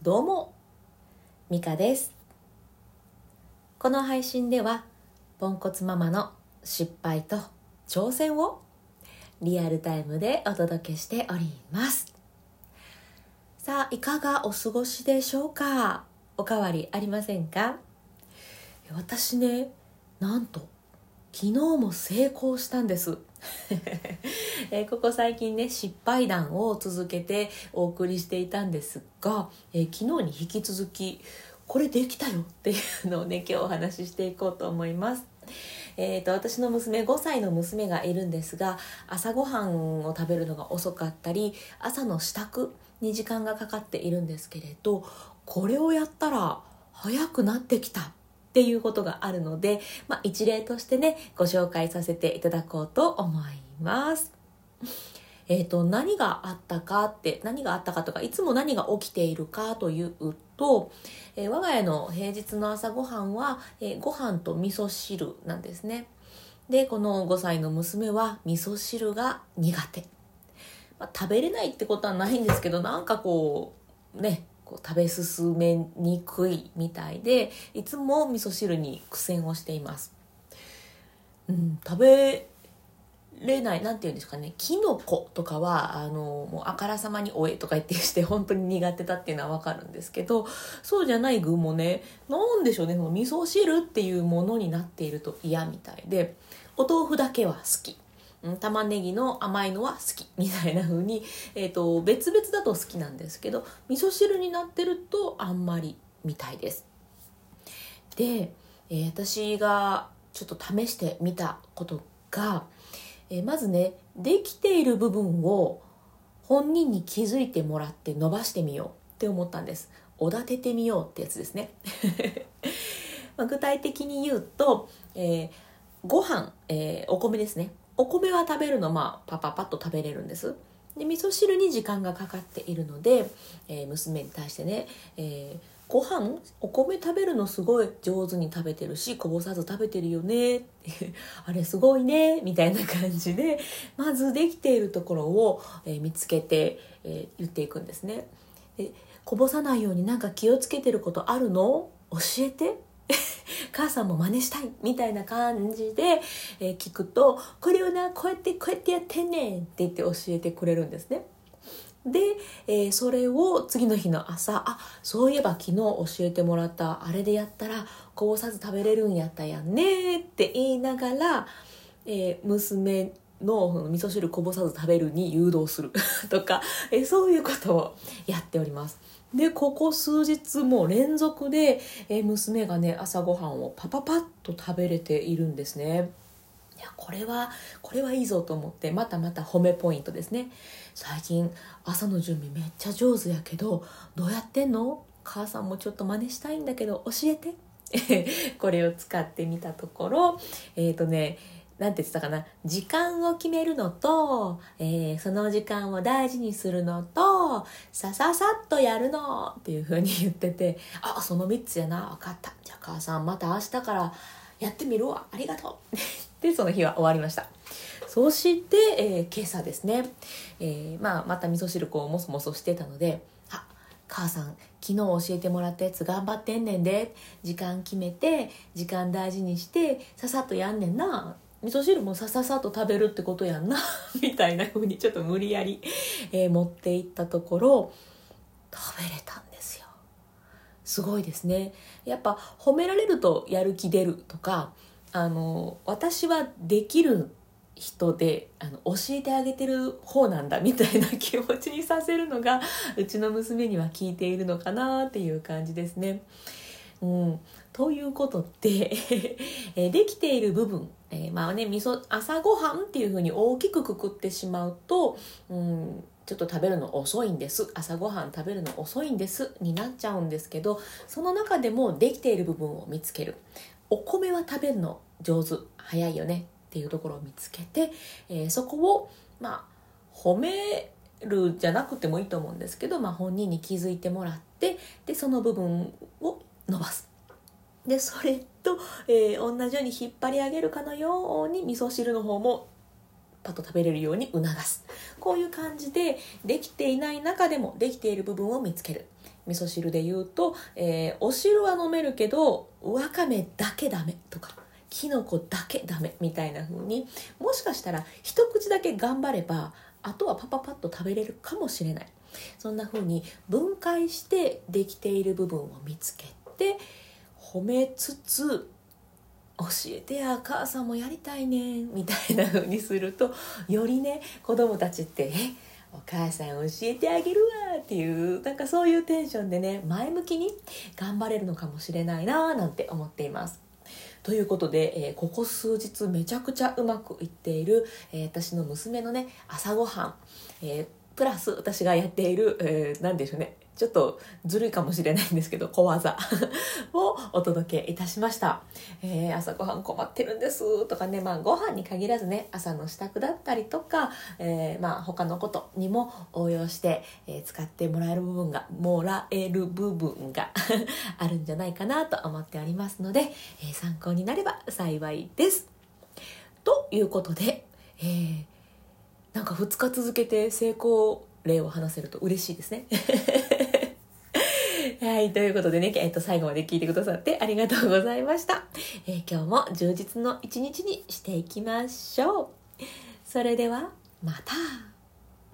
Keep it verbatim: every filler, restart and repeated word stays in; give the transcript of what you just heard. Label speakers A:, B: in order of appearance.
A: どうも、ミカです。この配信ではポンコツママの失敗と挑戦をリアルタイムでお届けしております。さあ、いかがお過ごしでしょうか？おかわりありませんか？私ね、なんと昨日も成功したんですえー、ここ最近ね、失敗談を続けてお送りしていたんですが、えー、昨日に引き続きこれできたよっていうのをね、今日お話ししていこうと思います。えーと、私の娘、ごさいの娘がいるんですが、朝ごはんを食べるのが遅かったり、朝の支度に時間がかかっているんですけれど、これをやったら早くなってきたっていうことがあるので、まあ、一例としてね、ご紹介させていただこうと思います。えーと、何があったかって、何があったかとか、いつも何が起きているかというと、えー、我が家の平日の朝ごはんは、えー、ご飯と味噌汁なんですね。で、このごさいの娘は味噌汁が苦手。まあ、食べれないってことはないんですけど、なんかこう、ね、食べ進めにくいみたいで、いつも味噌汁に苦戦をしています。うん、食べれない、なんていうんですかね、キノコとかはあのもうあからさまにおえとか言ってして本当に苦手だっていうのは分かるんですけど、そうじゃない具もね、なんでしょうね、その味噌汁っていうものになっていると嫌みたいで、お豆腐だけは好き、玉ねぎの甘いのは好きみたいな風に、えーと、別々だと好きなんですけど、味噌汁になってるとあんまりみたいです。で、えー、私がちょっと試してみたことが、えー、まずね、できている部分を本人に気づいてもらって伸ばしてみようって思ったんです。おだててみようってやつですねまあ具体的に言うと、えー、ご飯、えー、お米ですね。お米は食べるの、まあ、パパパッと食べれるんです。で、味噌汁に時間がかかっているので、えー、娘に対してね、えー、ご飯、お米食べるのすごい上手に食べてるし、こぼさず食べてるよねあれすごいねみたいな感じで、まずできているところを、えー、見つけて、えー、言っていくんですね。で、こぼさないようになんか気をつけてることあるの？教えて母さんも真似したいみたいな感じで、えー、聞くと、これをな、こうやってこうやってやってんねんって言って教えてくれるんですね。で、えー、それを次の日の朝、あ、そういえば昨日教えてもらったあれでやったらこぼさず食べれるんやったやんねって言いながら、えー、娘の味噌汁こぼさず食べるに誘導するとか、えー、そういうことをやっております。で、ここ数日も連続で、えー、娘がね、朝ごはんをパパパッと食べれているんですね。いや、これはこれはいいぞと思って、またまた褒めポイントですね。最近朝の準備めっちゃ上手やけど、どうやってんの？母さんもちょっと真似したいんだけど教えてこれを使ってみたところ、えっとねなんて言ってたかな、時間を決めるのと、えー、その時間を大事にするのと、さささっとやるのっていう風に言ってて、あ、そのみっつやな、分かった、じゃあ母さんまた明日からやってみるわ、ありがとうで、その日は終わりました。そして、えー、今朝ですね、えーまあ、また味噌汁こうもそもそしてたので、あ、母さん昨日教えてもらったやつ頑張ってんねんで、時間決めて時間大事にしてささっとやんねんな、味噌汁もさささっと食べるってことやんなみたいな風にちょっと無理やり、えー、持っていったところ食べれたんですよ。すごいですね。やっぱ褒められるとやる気出るとか、あの私はできる人で、あの教えてあげてる方なんだみたいな気持ちにさせるのがうちの娘には効いているのかなっていう感じですね。うん、ということでできている部分、えー、まあね、味噌朝ごはんっていう風に大きくくくってしまうと、うん、ちょっと食べるの遅いんです、朝ごはん食べるの遅いんですになっちゃうんですけど、その中でもできている部分を見つける。お米は食べるの上手、早いよねっていうところを見つけて、えー、そこをまあ褒めるじゃなくてもいいと思うんですけど、まあ、本人に気づいてもらって、でその部分を伸ばす。でそれと、えー、同じように引っ張り上げるかのように味噌汁の方もパッと食べれるように促す。こういう感じでできていない中でもできている部分を見つける。味噌汁で言うと、えー、お汁は飲めるけどわかめだけダメとかきのこだけダメみたいな風に、もしかしたら一口だけ頑張ればあとはパパパッと食べれるかもしれない。そんな風に分解してできている部分を見つけて褒めつつ、教えてや母さんもやりたいねみたいな風にすると、よりね子供たちってえお母さん教えてあげるわっていう、なんかそういうテンションでね前向きに頑張れるのかもしれないななんて思っています。ということで、えー、ここ数日めちゃくちゃうまくいっている、えー、私の娘のね朝ごはん、えー、プラス私がやっている、えー、なんでしょうね、ちょっとずるいかもしれないんですけど小技をお届けいたしました。えー、朝ごはん困ってるんですとかね、まあご飯に限らずね、朝の支度だったりとか、えー、まあ他のことにも応用して、えー、使ってもらえる部分がもらえる部分があるんじゃないかなと思っておりますので、えー、参考になれば幸いです。ということで、えー、なんかふつか続けて成功例を話せると嬉しいですね。はい、ということでね、えっと、最後まで聞いてくださってありがとうございました。えー、今日も充実の一日にしていきましょう。それではまた。